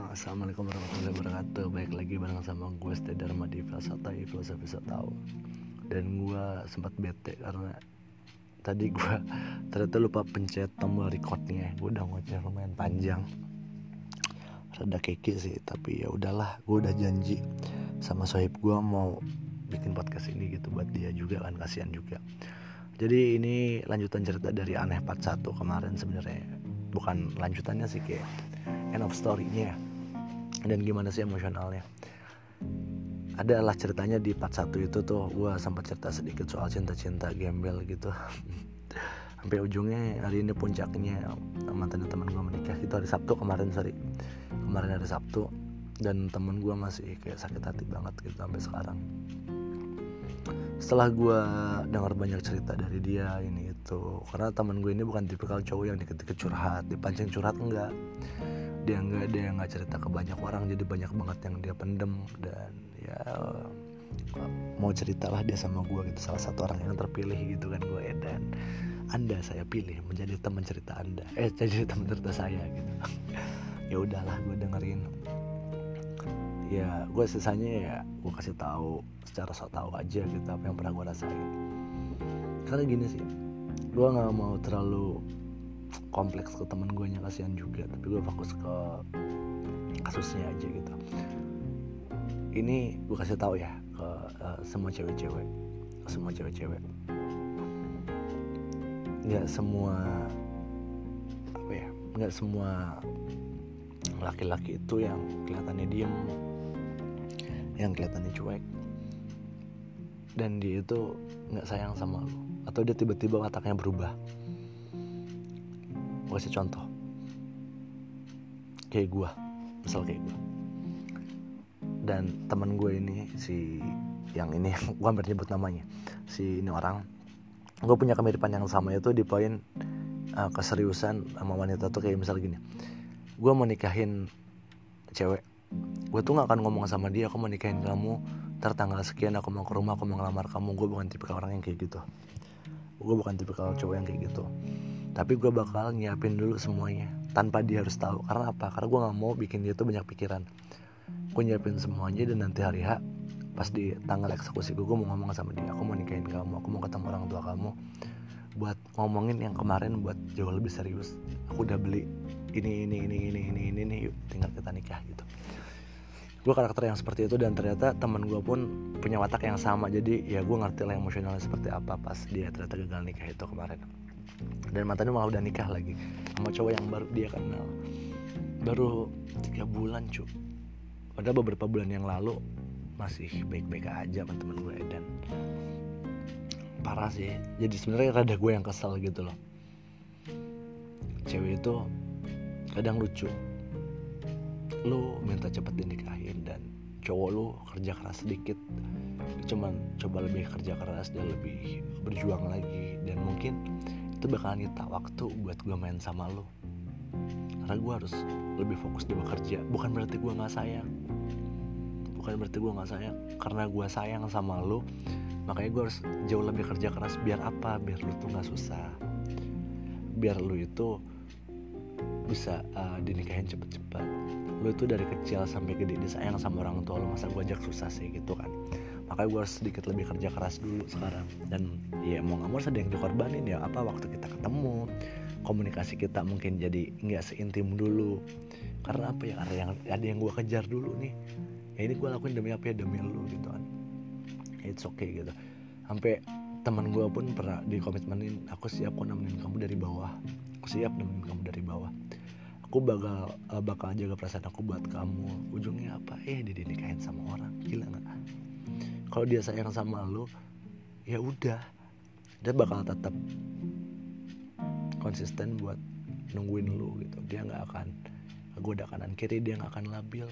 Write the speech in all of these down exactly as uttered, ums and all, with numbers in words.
Assalamualaikum warahmatullahi wabarakatuh. Baik lagi bareng sama gue Stay Dharma di Filosofi Filosofi So Tau. Dan gue sempat bete karena tadi gue ternyata lupa pencet tombol recordnya. Gue udah ngoceh lumayan panjang, rada keke sih, tapi ya udahlah. Gue udah janji sama sohib gue mau bikin podcast ini gitu buat dia juga kan, kasihan juga. Jadi ini lanjutan cerita dari Aneh Part satu kemarin sebenarnya. Bukan lanjutannya sih, kayak end of story-nya. Dan gimana sih emosionalnya. Adalah ceritanya di part satu itu tuh gue sempat cerita sedikit soal cinta-cinta gembel gitu. Sampai ujungnya hari ini puncaknya mantan teman gue menikah. Itu hari Sabtu kemarin, sorry Kemarin hari Sabtu. Dan temen gue masih kayak sakit hati banget gitu sampai sekarang. Setelah gue dengar banyak cerita dari dia ini itu, karena temen gue ini bukan tipikal cowok yang dikit-dikit curhat, dipancing curhat, enggak. Dia enggak dia enggak cerita ke banyak orang, jadi banyak banget yang dia pendem. Dan ya mau ceritalah dia sama gue gitu, salah satu orang yang terpilih gitu kan gue. Dan Anda saya pilih menjadi teman cerita Anda, eh jadi teman cerita saya gitu. Ya udahlah, gue dengerin. Ya gue sisanya ya gue kasih tahu secara so tau aja gitu apa yang pernah gue rasain. Karena gini sih, gue nggak mau terlalu kompleks ke temen gue nya, kasihan juga. Tapi gue fokus ke kasusnya aja gitu. Ini gue kasih tahu ya ke uh, semua cewek-cewek, semua cewek-cewek. Nggak semua apa ya, nggak semua laki-laki itu yang kelihatannya diem, yang kelihatannya cuek, dan dia itu nggak sayang sama lo, atau dia tiba-tiba wataknya berubah. Gue kasih contoh, kayak gue, misal kayak gue dan teman gue ini, si yang ini gue hampir nyebut namanya, si ini orang, gue punya kemiripan yang sama itu di poin uh, keseriusan sama wanita tuh. Kayak misal gini, gue mau nikahin cewek, gue tuh gak akan ngomong sama dia, aku mau nikahin kamu ntar tanggal sekian, aku mau ke rumah, aku mau ngelamar kamu. Gue bukan tipikal orang yang kayak gitu. Gue bukan tipikal cowok yang kayak gitu. Tapi gue bakal nyiapin dulu semuanya tanpa dia harus tahu. Karena apa? Karena gue gak mau bikin dia tuh banyak pikiran. Gue nyiapin semuanya, dan nanti hari H pas di tanggal eksekusi gue, gue mau ngomong sama dia, aku mau nikahin kamu, aku mau ketemu orang tua kamu buat ngomongin yang kemarin buat jauh lebih serius. Aku udah beli ini ini ini ini ini ini, ini yuk tinggal kita nikah gitu. Gue karakter yang seperti itu, dan ternyata teman gue pun punya watak yang sama. Jadi ya gue ngerti lah emosionalnya seperti apa pas dia ternyata gagal nikah itu kemarin. Dan mantannya malah udah nikah lagi sama cowok yang baru dia kenal baru tiga bulan cu. Padahal beberapa bulan yang lalu masih baik-baik aja sama temen gue. Dan parah sih, jadi sebenarnya rada gue yang kesel gitu loh. Cewek itu kadang lucu, lu minta cepet dinikahin, dan cowok lu kerja keras sedikit, cuman coba lebih kerja keras dan lebih berjuang lagi, dan mungkin itu bakalan nyita waktu buat gue main sama lu. Karena gue harus lebih fokus di bekerja. Bukan berarti gue gak sayang, bukan berarti gue gak sayang. Karena gue sayang sama lu, makanya gue harus jauh lebih kerja keras. Biar apa? Biar lu tuh gak susah, biar lu itu bisa uh, dinikahin cepet-cepet. Lu itu dari kecil sampai gede disayang sama orang tua lu, masa gue ajak susah sih gitu kan. Makanya gue harus sedikit lebih kerja keras dulu sekarang. Dan ya mau gak mau harus ada yang dikorbanin. Ya apa, waktu kita ketemu, komunikasi kita mungkin jadi gak seintim dulu. Karena apa ya, ada yang, ada yang gue kejar dulu nih. Ya ini gue lakuin demi apa ya, demi lu gitu kan. It's okay gitu. Sampai teman gue pun pernah dikomitmenin, aku siap kok nemenin kamu dari bawah, aku siap nemenin kamu dari bawah, aku bakal bakal jaga perasaan aku buat kamu. Ujungnya apa? Eh dia dinikahin sama orang. Gila nggak? Kalau dia sayang sama lu, ya udah, dia bakal tetap konsisten buat nungguin lu gitu. Dia nggak akan goda kanan kiri, dia nggak akan labil.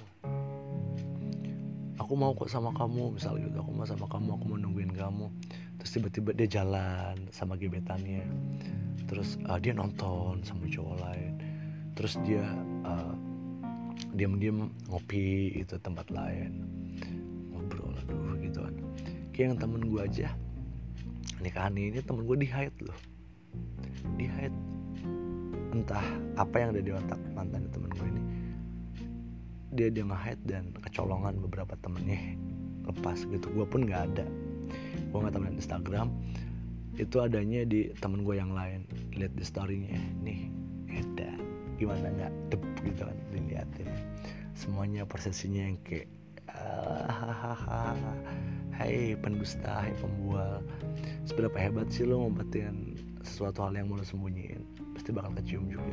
Aku mau kok sama kamu misal gitu, aku mau sama kamu, aku mau nungguin kamu. Terus tiba-tiba dia jalan sama gebetannya, terus uh, dia nonton sama cowok lain, terus dia uh, diam-diam ngopi itu tempat lain, ngobrol aduh gitu kan. Kayak yang temen gue aja nikahan ini, temen gue di hide loh, di hide. Entah apa yang ada di otak mantan temen gue ini. dia dia nge-hide dan kecolongan beberapa temennya lepas gitu. Gue pun nggak ada, gue nggak temenin Instagram itu, adanya di temen gue yang lain. Lihat di storynya nih, edan gimana nggak dep gitu kan, dilihatin semuanya persesinya yang kayak hahaha, hai pendusta, hai pembual, seberapa hebat sih lo ngumpetin sesuatu hal yang mau lo sembunyiin, pasti bakal kecium juga.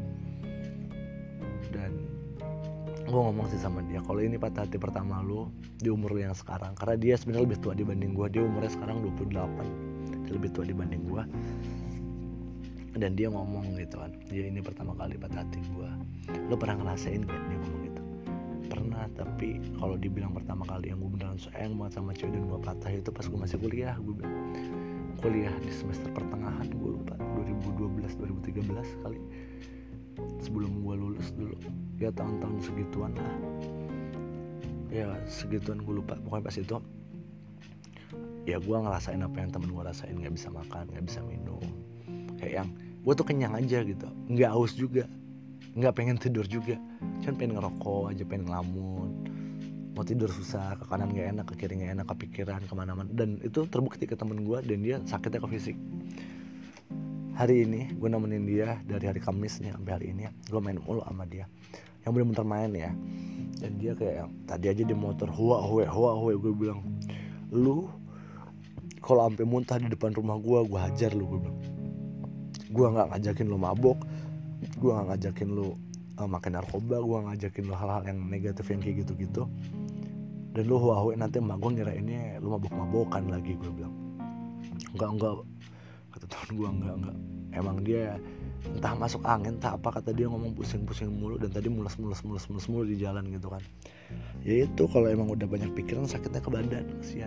Dan gue ngomong sih sama dia, kalau ini patah hati pertama lo di umur lo yang sekarang, karena dia sebenarnya lebih tua dibanding gue, dia umurnya sekarang dua puluh delapan, dia lebih tua dibanding gue. Dan dia ngomong gitu kan, dia ini pertama kali patah hati gue, lo pernah ngerasain gak? Dia ngomong gitu, pernah, tapi kalau dibilang pertama kali yang gue beneran sayang banget sama cewek dan gue patah itu pas gue masih kuliah. Gue bilang kuliah di semester pertengahan, gue lupa dua ribu dua belas dua ribu tiga belas kali, sebelum gue lulus dulu ya, tahun-tahun segituan lah ya, segituan gue lupa pokoknya. Pas itu ya gue ngerasain apa yang temen gue rasain, gak bisa makan, gak bisa minum, kayak yang gue tuh kenyang aja gitu, gak haus juga, gak pengen tidur juga, cuman pengen ngerokok aja, pengen ngelamun, mau tidur susah, ke kanan gak enak, ke kiri gak enak, kepikiran kemana-mana. Dan itu terbukti ke temen gue, dan dia sakitnya ke fisik. Hari ini gue nemenin dia dari hari Kamisnya sampai hari ini, gue main mulu sama dia, yang bener-bener main ya. Dan dia kayak tadi aja di motor hua hue hua hue, gue bilang lu kalau sampai muntah di depan rumah gue, gue hajar lu, gue bilang. Gue nggak ngajakin lu mabok, gue nggak ngajakin lu uh, makan narkoba, gue nggak ngajakin lu hal-hal yang negatif yang kayak gitu-gitu. Dan lu hua hue nanti emak gue ngirainnya lu mabok-mabokan lagi, gue bilang. Enggak enggak kata teman gue, enggak enggak emang dia entah masuk angin entah apa, kata dia ngomong pusing-pusing mulu, dan tadi mules-mules-mules-mules mulu di jalan gitu kan. Ya itu kalau emang udah banyak pikiran, sakitnya ke badan, kasihan.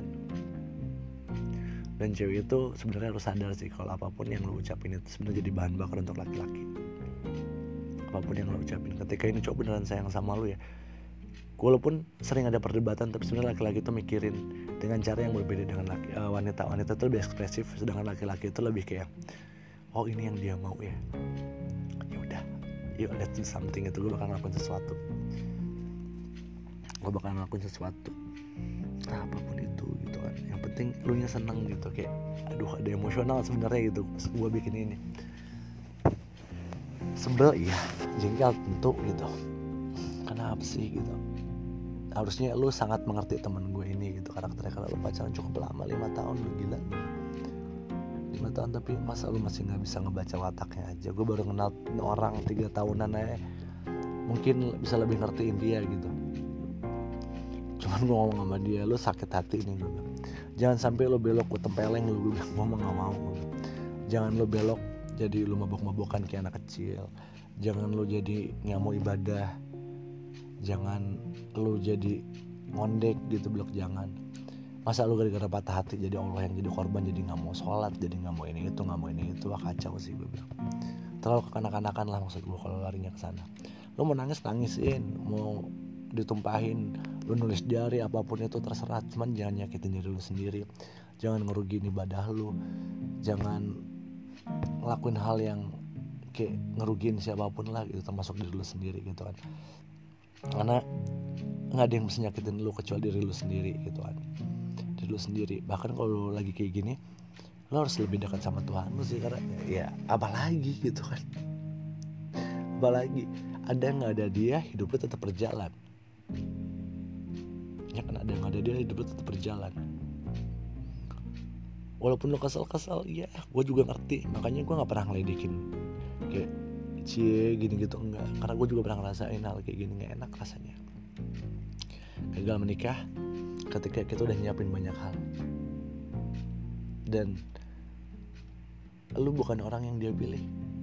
Dan cewek itu sebenarnya harus sadar sih kalau apapun yang lo ucapin itu sebenarnya jadi bahan bakar untuk laki-laki. Apapun yang lo ucapin, ketika ini cowok beneran sayang sama lo ya, walaupun sering ada perdebatan, tapi sebenarnya laki-laki itu mikirin dengan cara yang berbeda dengan laki, uh, wanita. Wanita itu lebih ekspresif, sedangkan laki-laki itu lebih kayak, oh ini yang dia mau ya, ya udah, yuk let's do something. Itu gue bakal ngelakuin sesuatu, gue bakal ngelakuin sesuatu, nah apapun itu gitu kan. Yang penting lu nya seneng gitu, kayak aduh ada emosional sebenarnya gitu pas gue bikin ini. Sebel iya, jengkel tentu gitu, kenapa sih gitu. Harusnya lu sangat mengerti temen gue ini gitu, karakternya. Kalau lu pacaran cukup lama, lima tahun, lu gila lima tahun, tapi masa lu masih gak bisa ngebaca wataknya aja. Gue baru kenal orang tiga tahunan aja, mungkin bisa lebih ngertiin dia gitu. Cuman gue ngomong sama dia, lu sakit hati nih, gue bilang. Jangan sampai lu belok ke tempeleng lu, gue bilang. Gue mah gak mau. Jangan lu belok jadi lu mabok-mabokan kayak anak kecil. Jangan lu jadi gak mau ibadah. Jangan lu jadi ngondek gitu, blok. Jangan. Masa lu gara-gara patah hati jadi Allah yang jadi korban, jadi gak mau sholat, jadi gak mau ini itu, gak mau ini itu. Wah kacau sih, gue bilang. Terlalu kekanak-kanakan lah maksud gue kalau larinya ke sana. Lu mau nangis nangisin, mau ditumpahin, lu nulis diary, apapun itu terserah. Cuman jangan nyakitin diri lu sendiri, jangan ngerugiin ibadah lu, jangan ngelakuin hal yang kayak ngerugiin siapapun lah gitu, termasuk diri lu sendiri gitu kan. Karena nggak ada yang bisa nyakitin lu kecuali diri lu sendiri gitu kan, diri lu sendiri. Bahkan kalau lu lagi kayak gini, lu harus lebih dekat sama Tuhan lu sih, karena ya apalagi gitu kan, apalagi ada nggak ada dia, hidup lu tetap berjalan. Ya kan, ada nggak ada dia, hidup lu tetap berjalan. Walaupun lu kesel-kesel, ya gue juga ngerti. Makanya gue nggak pernah ngeledekin kayak cie gini gitu, enggak. Karena gue juga pernah ngerasain hal kayak gini, nggak enak rasanya. Gagal menikah ketika kita udah nyiapin banyak hal, dan lu bukan orang yang dia pilih.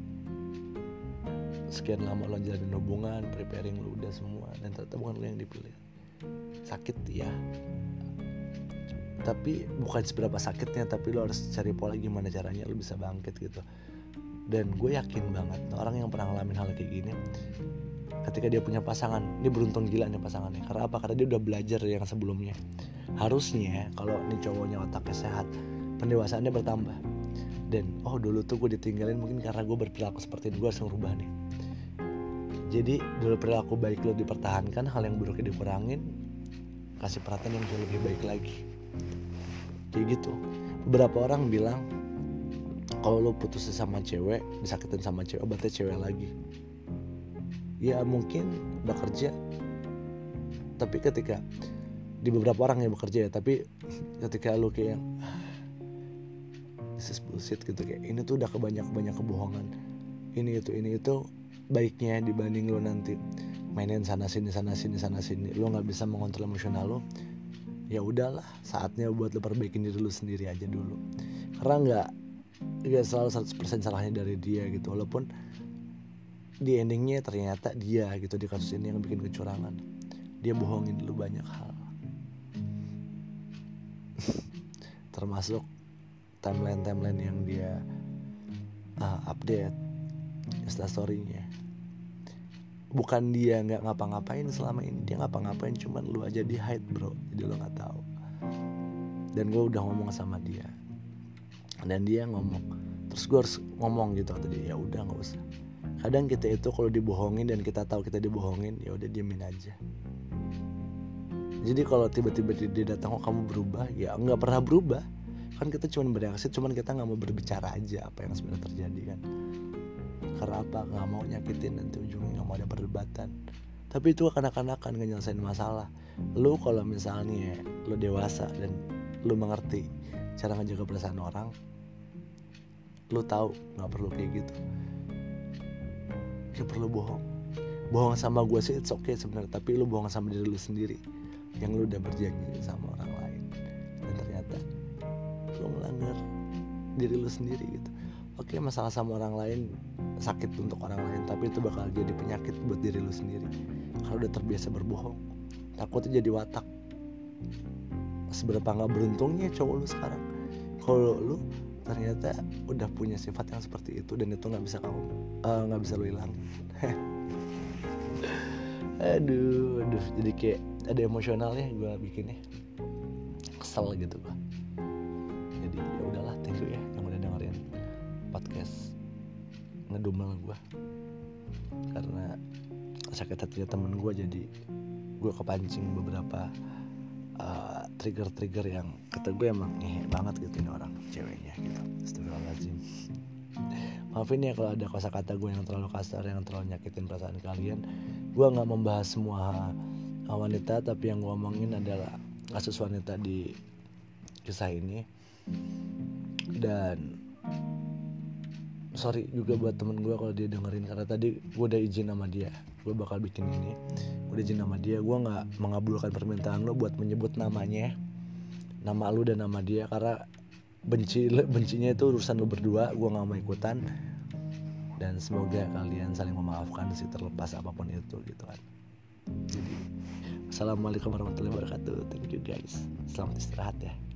Sekian lama lo jalanin hubungan, preparing lu udah semua, dan ternyata bukan lu yang dipilih. Sakit ya, tapi bukan seberapa sakitnya, tapi lo harus cari pola gimana caranya lo bisa bangkit gitu. Dan gue yakin banget orang yang pernah ngalamin hal kayak gini, ketika dia punya pasangan, dia beruntung gila nih pasangannya. Karena apa? Karena dia udah belajar yang sebelumnya. Harusnya kalau nih cowoknya otaknya sehat, pendewasaannya bertambah. Dan oh dulu tuh gue ditinggalin mungkin karena gue berperilaku seperti ini, gue harus merubah nih. Jadi dulu perilaku baik lo dipertahankan, hal yang buruknya dikurangin, kasih perhatian yang jauh lebih baik lagi. Kayak gitu. Beberapa orang bilang kalau lo putus sama cewek, disakitin sama cewek, berarti cewek lagi. Ya mungkin udah kerja, tapi ketika di beberapa orang yang bekerja ya, tapi ketika lo kayak this is bullshit gitu, kayak ini tuh udah kebanyak banyak kebohongan, ini itu ini itu baiknya dibanding lo nanti mainin sana sini sana sini sana sini, lo nggak bisa mengontrol emosional lo. Ya udahlah, saatnya buat lo perbaikin diri lo sendiri aja dulu, karena nggak nggak selalu seratus persen salahnya dari dia gitu, walaupun di endingnya ternyata dia gitu di kasus ini yang bikin kecurangan, dia bohongin lo banyak hal. Termasuk timeline-timeline yang dia uh, update instastory-nya. Bukan dia nggak ngapa-ngapain selama ini, dia ngapa-ngapain, cuman lu aja di hide bro, jadi lu nggak tahu. Dan gue udah ngomong sama dia, dan dia ngomong, terus gue harus ngomong gitu kata dia, ya udah nggak usah. Kadang kita itu kalau dibohongin dan kita tahu kita dibohongin, ya udah diemin aja. Jadi kalau tiba-tiba dia datang, oh kamu berubah, ya nggak pernah berubah. Kan kita cuma bereaksi, cuman kita nggak mau berbicara aja apa yang sebenarnya terjadi kan. Karena apa? Nggak mau nyakitin, nanti ujungnya nggak mau ada perdebatan. Tapi itu kanak-kanakan nggak nyelesain masalah. Lu kalau misalnya lu dewasa dan lu mengerti cara ngejaga perasaan orang, lu tahu nggak perlu kayak gitu. Gak perlu bohong. Bohong sama gue sih it's okay sebenarnya, tapi lu bohong sama diri lu sendiri yang lu udah berjanji sama orang lain, dan ternyata lu melanggar diri lu sendiri gitu. Oke, masalah sama orang lain sakit untuk orang lain, tapi itu bakal jadi penyakit buat diri lu sendiri. Kalau udah terbiasa berbohong, takutnya jadi watak. Seberapa nggak beruntungnya cowok lu sekarang kalau lu ternyata udah punya sifat yang seperti itu, dan itu nggak bisa kamu nggak uh, bisa lu hilang. aduh aduh jadi kayak ada emosionalnya gue bikinnya, kesel gitu gue. Jadi ya udahlah, thank you ya yang udah dengerin podcast ngedumel gue, karena sakit hati temen gue, jadi gue kepancing beberapa uh, trigger-trigger yang kata gue emang ngehe banget gitu ini orang ceweknya gitu. Astagfirullahaladzim. Maafin ya kalau ada kata-kata gue yang terlalu kasar, yang terlalu nyakitin perasaan kalian. Gue gak membahas semua wanita, tapi yang gue omongin adalah kasus wanita di kisah ini. Dan sorry juga buat temen gue kalau dia dengerin, karena tadi gue udah izin sama dia, gue bakal bikin ini. Gue udah izin sama dia, gue gak mengabulkan permintaan lo buat menyebut namanya, nama lu dan nama dia, karena benci bencinya itu urusan lu berdua, gue nggak mau ikutan. Dan semoga kalian saling memaafkan sih, terlepas apapun itu gitu kan. Jadi assalamualaikum warahmatullahi wabarakatuh. Thank you guys, selamat istirahat ya.